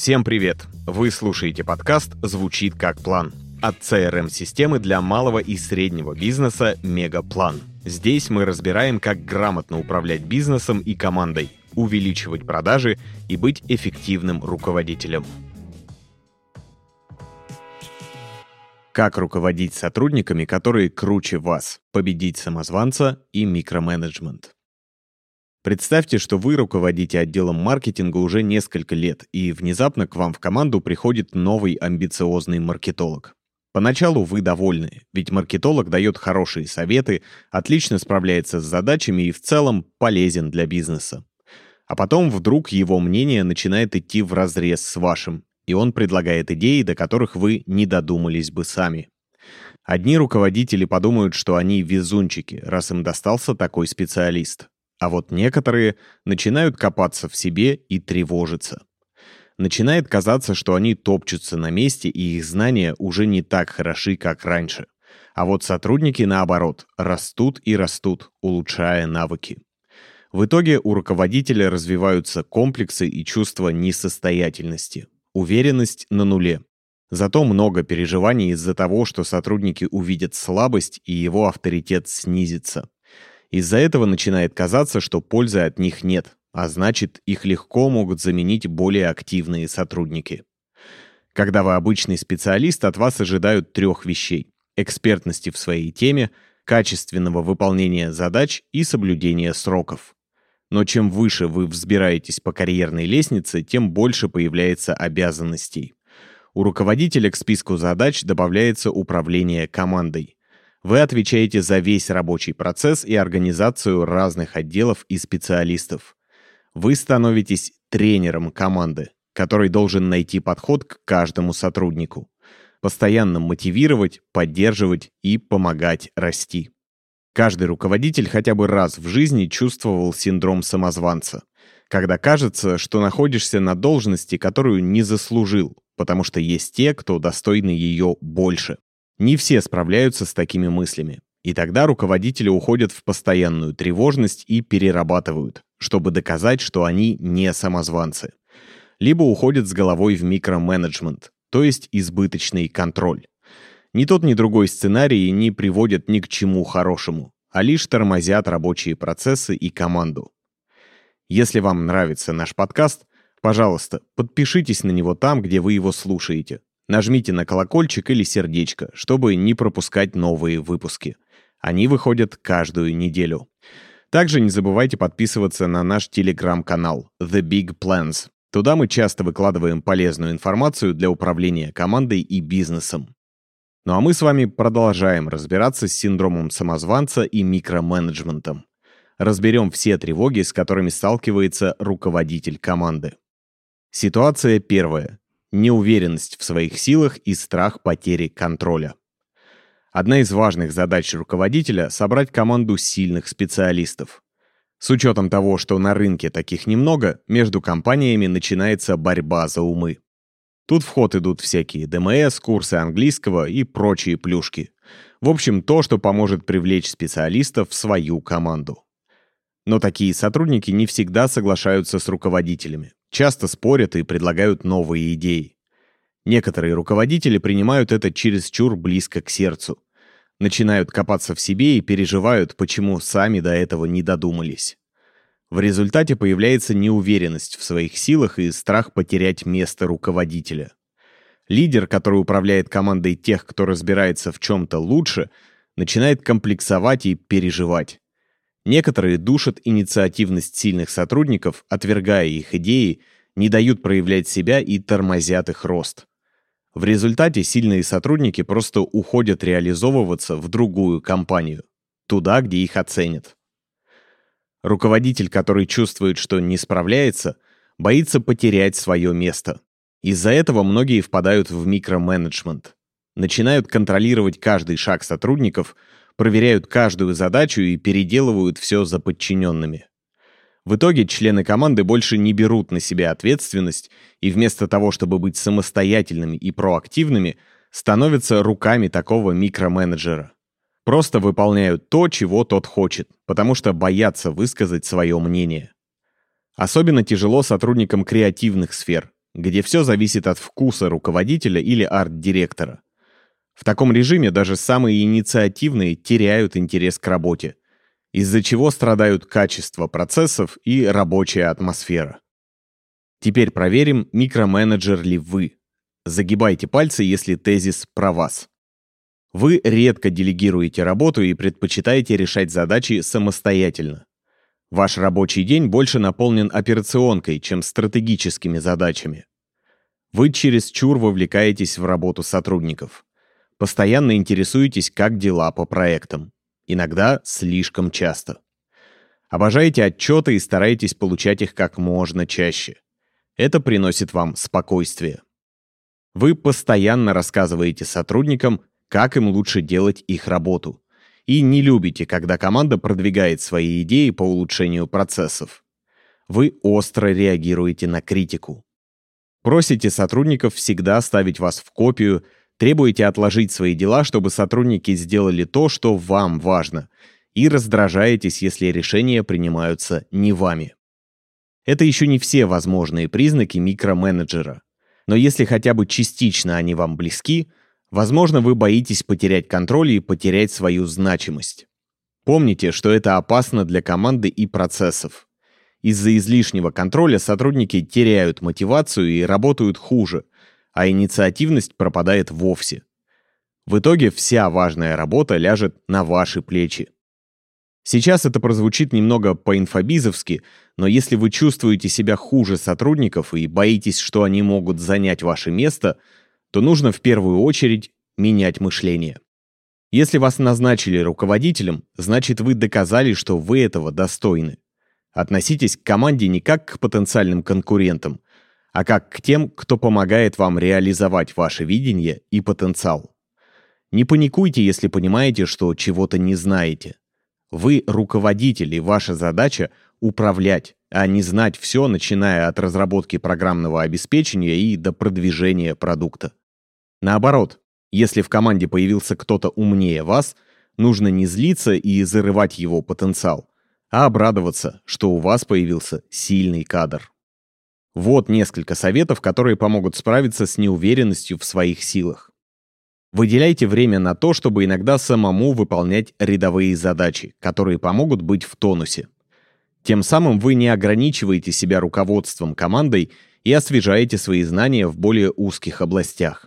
Всем привет! Вы слушаете подкаст «Звучит как план» от CRM-системы для малого и среднего бизнеса «Мегаплан». Здесь мы разбираем, как грамотно управлять бизнесом и командой, увеличивать продажи и быть эффективным руководителем. Как руководить сотрудниками, которые круче вас, победить самозванца и микроменеджмент. Представьте, что вы руководите отделом маркетинга уже несколько лет, и внезапно к вам в команду приходит новый амбициозный маркетолог. Поначалу вы довольны, ведь маркетолог дает хорошие советы, отлично справляется с задачами и в целом полезен для бизнеса. А потом вдруг его мнение начинает идти вразрез с вашим, и он предлагает идеи, до которых вы не додумались бы сами. Одни руководители подумают, что они везунчики, раз им достался такой специалист. А вот некоторые начинают копаться в себе и тревожиться. Начинает казаться, что они топчутся на месте, и их знания уже не так хороши, как раньше. А вот сотрудники, наоборот, растут и растут, улучшая навыки. В итоге у руководителя развиваются комплексы и чувство несостоятельности. Уверенность на нуле. Зато много переживаний из-за того, что сотрудники увидят слабость, и его авторитет снизится. Из-за этого начинает казаться, что пользы от них нет, а значит, их легко могут заменить более активные сотрудники. Когда вы обычный специалист, от вас ожидают 3 вещей: экспертности в своей теме, качественного выполнения задач и соблюдения сроков. Но чем выше вы взбираетесь по карьерной лестнице, тем больше появляется обязанностей. У руководителя к списку задач добавляется управление командой. Вы отвечаете за весь рабочий процесс и организацию разных отделов и специалистов. Вы становитесь тренером команды, который должен найти подход к каждому сотруднику, постоянно мотивировать, поддерживать и помогать расти. Каждый руководитель хотя бы раз в жизни чувствовал синдром самозванца, когда кажется, что находишься на должности, которую не заслужил, потому что есть те, кто достойны ее больше. Не все справляются с такими мыслями, и тогда руководители уходят в постоянную тревожность и перерабатывают, чтобы доказать, что они не самозванцы. Либо уходят с головой в микроменеджмент, то есть избыточный контроль. Ни тот, ни другой сценарий не приводят ни к чему хорошему, а лишь тормозят рабочие процессы и команду. Если вам нравится наш подкаст, пожалуйста, подпишитесь на него там, где вы его слушаете. Нажмите на колокольчик или сердечко, чтобы не пропускать новые выпуски. Они выходят каждую неделю. Также не забывайте подписываться на наш телеграм-канал The Big Plans. Туда мы часто выкладываем полезную информацию для управления командой и бизнесом. Ну а мы с вами продолжаем разбираться с синдромом самозванца и микроменеджментом. Разберем все тревоги, с которыми сталкивается руководитель команды. Ситуация первая. Неуверенность в своих силах и страх потери контроля. Одна из важных задач руководителя — собрать команду сильных специалистов. С учетом того, что на рынке таких немного, между компаниями начинается борьба за умы. Тут в ход идут всякие ДМС, курсы английского и прочие плюшки. В общем, то, что поможет привлечь специалистов в свою команду. Но такие сотрудники не всегда соглашаются с руководителями. Часто спорят и предлагают новые идеи. Некоторые руководители принимают это чересчур близко к сердцу. Начинают копаться в себе и переживают, почему сами до этого не додумались. В результате появляется неуверенность в своих силах и страх потерять место руководителя. Лидер, который управляет командой тех, кто разбирается в чем-то лучше, начинает комплексовать и переживать. Некоторые душат инициативность сильных сотрудников, отвергая их идеи, не дают проявлять себя и тормозят их рост. В результате сильные сотрудники просто уходят реализовываться в другую компанию, туда, где их оценят. Руководитель, который чувствует, что не справляется, боится потерять свое место. Из-за этого многие впадают в микроменеджмент. Начинают контролировать каждый шаг сотрудников, проверяют каждую задачу и переделывают все за подчиненными. В итоге члены команды больше не берут на себя ответственность и вместо того, чтобы быть самостоятельными и проактивными, становятся руками такого микроменеджера. Просто выполняют то, чего тот хочет, потому что боятся высказать свое мнение. Особенно тяжело сотрудникам креативных сфер, где все зависит от вкуса руководителя или арт-директора. В таком режиме даже самые инициативные теряют интерес к работе, из-за чего страдают качество процессов и рабочая атмосфера. Теперь проверим, микроменеджер ли вы. Загибайте пальцы, если тезис про вас. Вы редко делегируете работу и предпочитаете решать задачи самостоятельно. Ваш рабочий день больше наполнен операционкой, чем стратегическими задачами. Вы чересчур вовлекаетесь в работу сотрудников. Постоянно интересуетесь, как дела по проектам. Иногда слишком часто. Обожаете отчеты и стараетесь получать их как можно чаще. Это приносит вам спокойствие. Вы постоянно рассказываете сотрудникам, как им лучше делать их работу. И не любите, когда команда продвигает свои идеи по улучшению процессов. Вы остро реагируете на критику. Просите сотрудников всегда ставить вас в копию, требуете отложить свои дела, чтобы сотрудники сделали то, что вам важно, и раздражаетесь, если решения принимаются не вами. Это еще не все возможные признаки микроменеджера. Но если хотя бы частично они вам близки, возможно, вы боитесь потерять контроль и потерять свою значимость. Помните, что это опасно для команды и процессов. Из-за излишнего контроля сотрудники теряют мотивацию и работают хуже, а инициативность пропадает вовсе. В итоге вся важная работа ляжет на ваши плечи. Сейчас это прозвучит немного по-инфобизовски, но если вы чувствуете себя хуже сотрудников и боитесь, что они могут занять ваше место, то нужно в первую очередь менять мышление. Если вас назначили руководителем, значит вы доказали, что вы этого достойны. Относитесь к команде не как к потенциальным конкурентам, а как к тем, кто помогает вам реализовать ваше видение и потенциал. Не паникуйте, если понимаете, что чего-то не знаете. Вы руководитель, и ваша задача — управлять, а не знать все, начиная от разработки программного обеспечения и до продвижения продукта. Наоборот, если в команде появился кто-то умнее вас, нужно не злиться и зарывать его потенциал, а обрадоваться, что у вас появился сильный кадр. Вот несколько советов, которые помогут справиться с неуверенностью в своих силах. Выделяйте время на то, чтобы иногда самому выполнять рядовые задачи, которые помогут быть в тонусе. Тем самым вы не ограничиваете себя руководством командой и освежаете свои знания в более узких областях.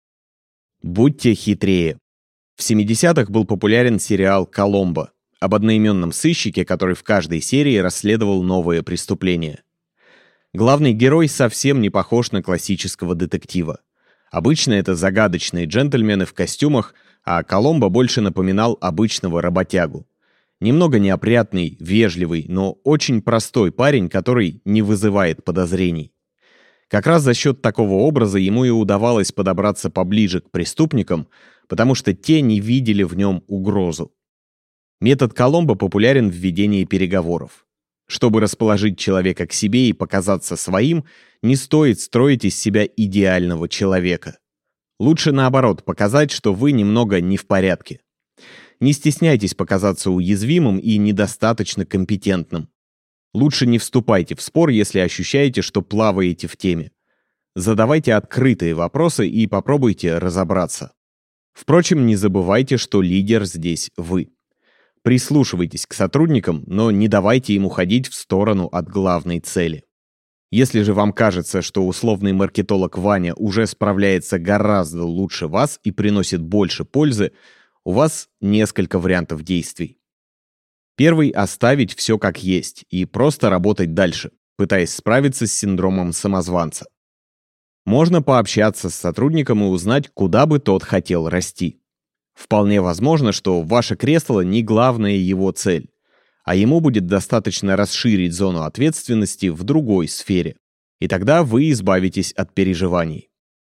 Будьте хитрее. В 70-х был популярен сериал «Коломбо» об одноименном сыщике, который в каждой серии расследовал новое преступление. Главный герой совсем не похож на классического детектива. Обычно это загадочные джентльмены в костюмах, а Коломбо больше напоминал обычного работягу. Немного неопрятный, вежливый, но очень простой парень, который не вызывает подозрений. Как раз за счет такого образа ему и удавалось подобраться поближе к преступникам, потому что те не видели в нем угрозу. Метод Коломбо популярен в ведении переговоров. Чтобы расположить человека к себе и показаться своим, не стоит строить из себя идеального человека. Лучше наоборот показать, что вы немного не в порядке. Не стесняйтесь показаться уязвимым и недостаточно компетентным. Лучше не вступайте в спор, если ощущаете, что плаваете в теме. Задавайте открытые вопросы и попробуйте разобраться. Впрочем, не забывайте, что лидер здесь вы. Прислушивайтесь к сотрудникам, но не давайте им уходить в сторону от главной цели. Если же вам кажется, что условный маркетолог Ваня уже справляется гораздо лучше вас и приносит больше пользы, у вас несколько вариантов действий. Первый — оставить все как есть и просто работать дальше, пытаясь справиться с синдромом самозванца. Можно пообщаться с сотрудником и узнать, куда бы тот хотел расти. Вполне возможно, что ваше кресло не главная его цель, а ему будет достаточно расширить зону ответственности в другой сфере, и тогда вы избавитесь от переживаний.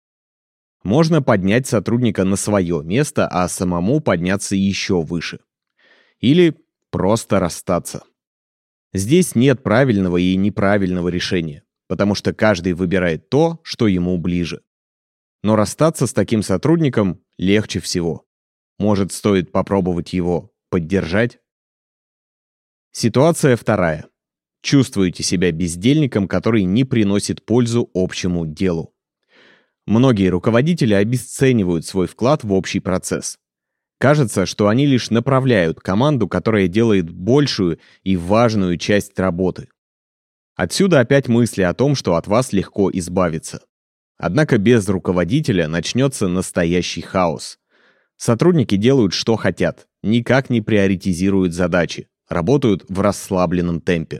Можно поднять сотрудника на свое место, а самому подняться еще выше. Или просто расстаться. Здесь нет правильного и неправильного решения, потому что каждый выбирает то, что ему ближе. Но расстаться с таким сотрудником легче всего. Может, стоит попробовать его поддержать? Ситуация вторая. Чувствуете себя бездельником, который не приносит пользу общему делу. Многие руководители обесценивают свой вклад в общий процесс. Кажется, что они лишь направляют команду, которая делает большую и важную часть работы. Отсюда опять мысли о том, что от вас легко избавиться. Однако без руководителя начнется настоящий хаос. Сотрудники делают, что хотят, никак не приоритизируют задачи, работают в расслабленном темпе.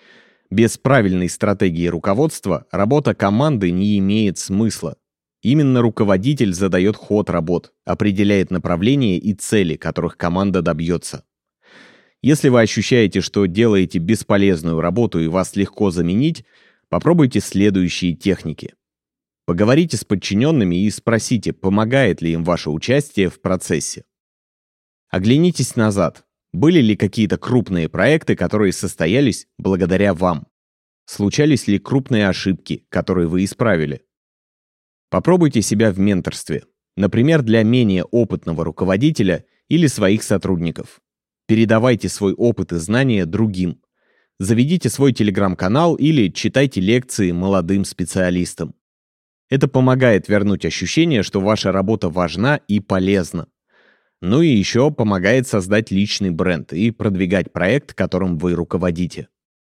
Без правильной стратегии руководства работа команды не имеет смысла. Именно руководитель задает ход работ, определяет направление и цели, которых команда добьется. Если вы ощущаете, что делаете бесполезную работу и вас легко заменить, попробуйте следующие техники. Поговорите с подчиненными и спросите, помогает ли им ваше участие в процессе. Оглянитесь назад. Были ли какие-то крупные проекты, которые состоялись благодаря вам? Случались ли крупные ошибки, которые вы исправили? Попробуйте себя в менторстве, например, для менее опытного руководителя или своих сотрудников. Передавайте свой опыт и знания другим. Заведите свой телеграм-канал или читайте лекции молодым специалистам. Это помогает вернуть ощущение, что ваша работа важна и полезна. Ну и еще помогает создать личный бренд и продвигать проект, которым вы руководите.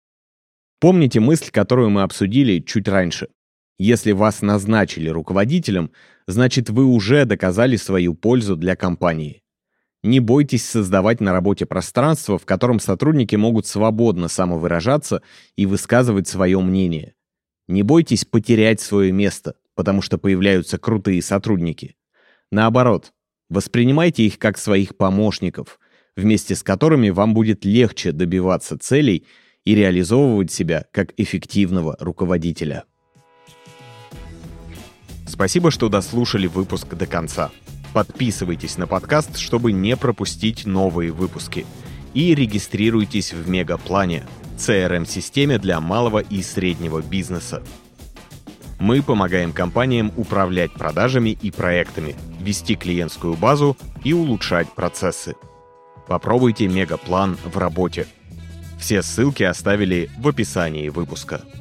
Помните мысль, которую мы обсудили чуть раньше. Если вас назначили руководителем, значит вы уже доказали свою пользу для компании. Не бойтесь создавать на работе пространство, в котором сотрудники могут свободно самовыражаться и высказывать свое мнение. Не бойтесь потерять свое место, потому что появляются крутые сотрудники. Наоборот, воспринимайте их как своих помощников, вместе с которыми вам будет легче добиваться целей и реализовывать себя как эффективного руководителя. Спасибо, что дослушали выпуск до конца. Подписывайтесь на подкаст, чтобы не пропустить новые выпуски. И регистрируйтесь в Мегаплане, CRM-системе для малого и среднего бизнеса. Мы помогаем компаниям управлять продажами и проектами, вести клиентскую базу и улучшать процессы. Попробуйте Мегаплан в работе. Все ссылки оставили в описании выпуска.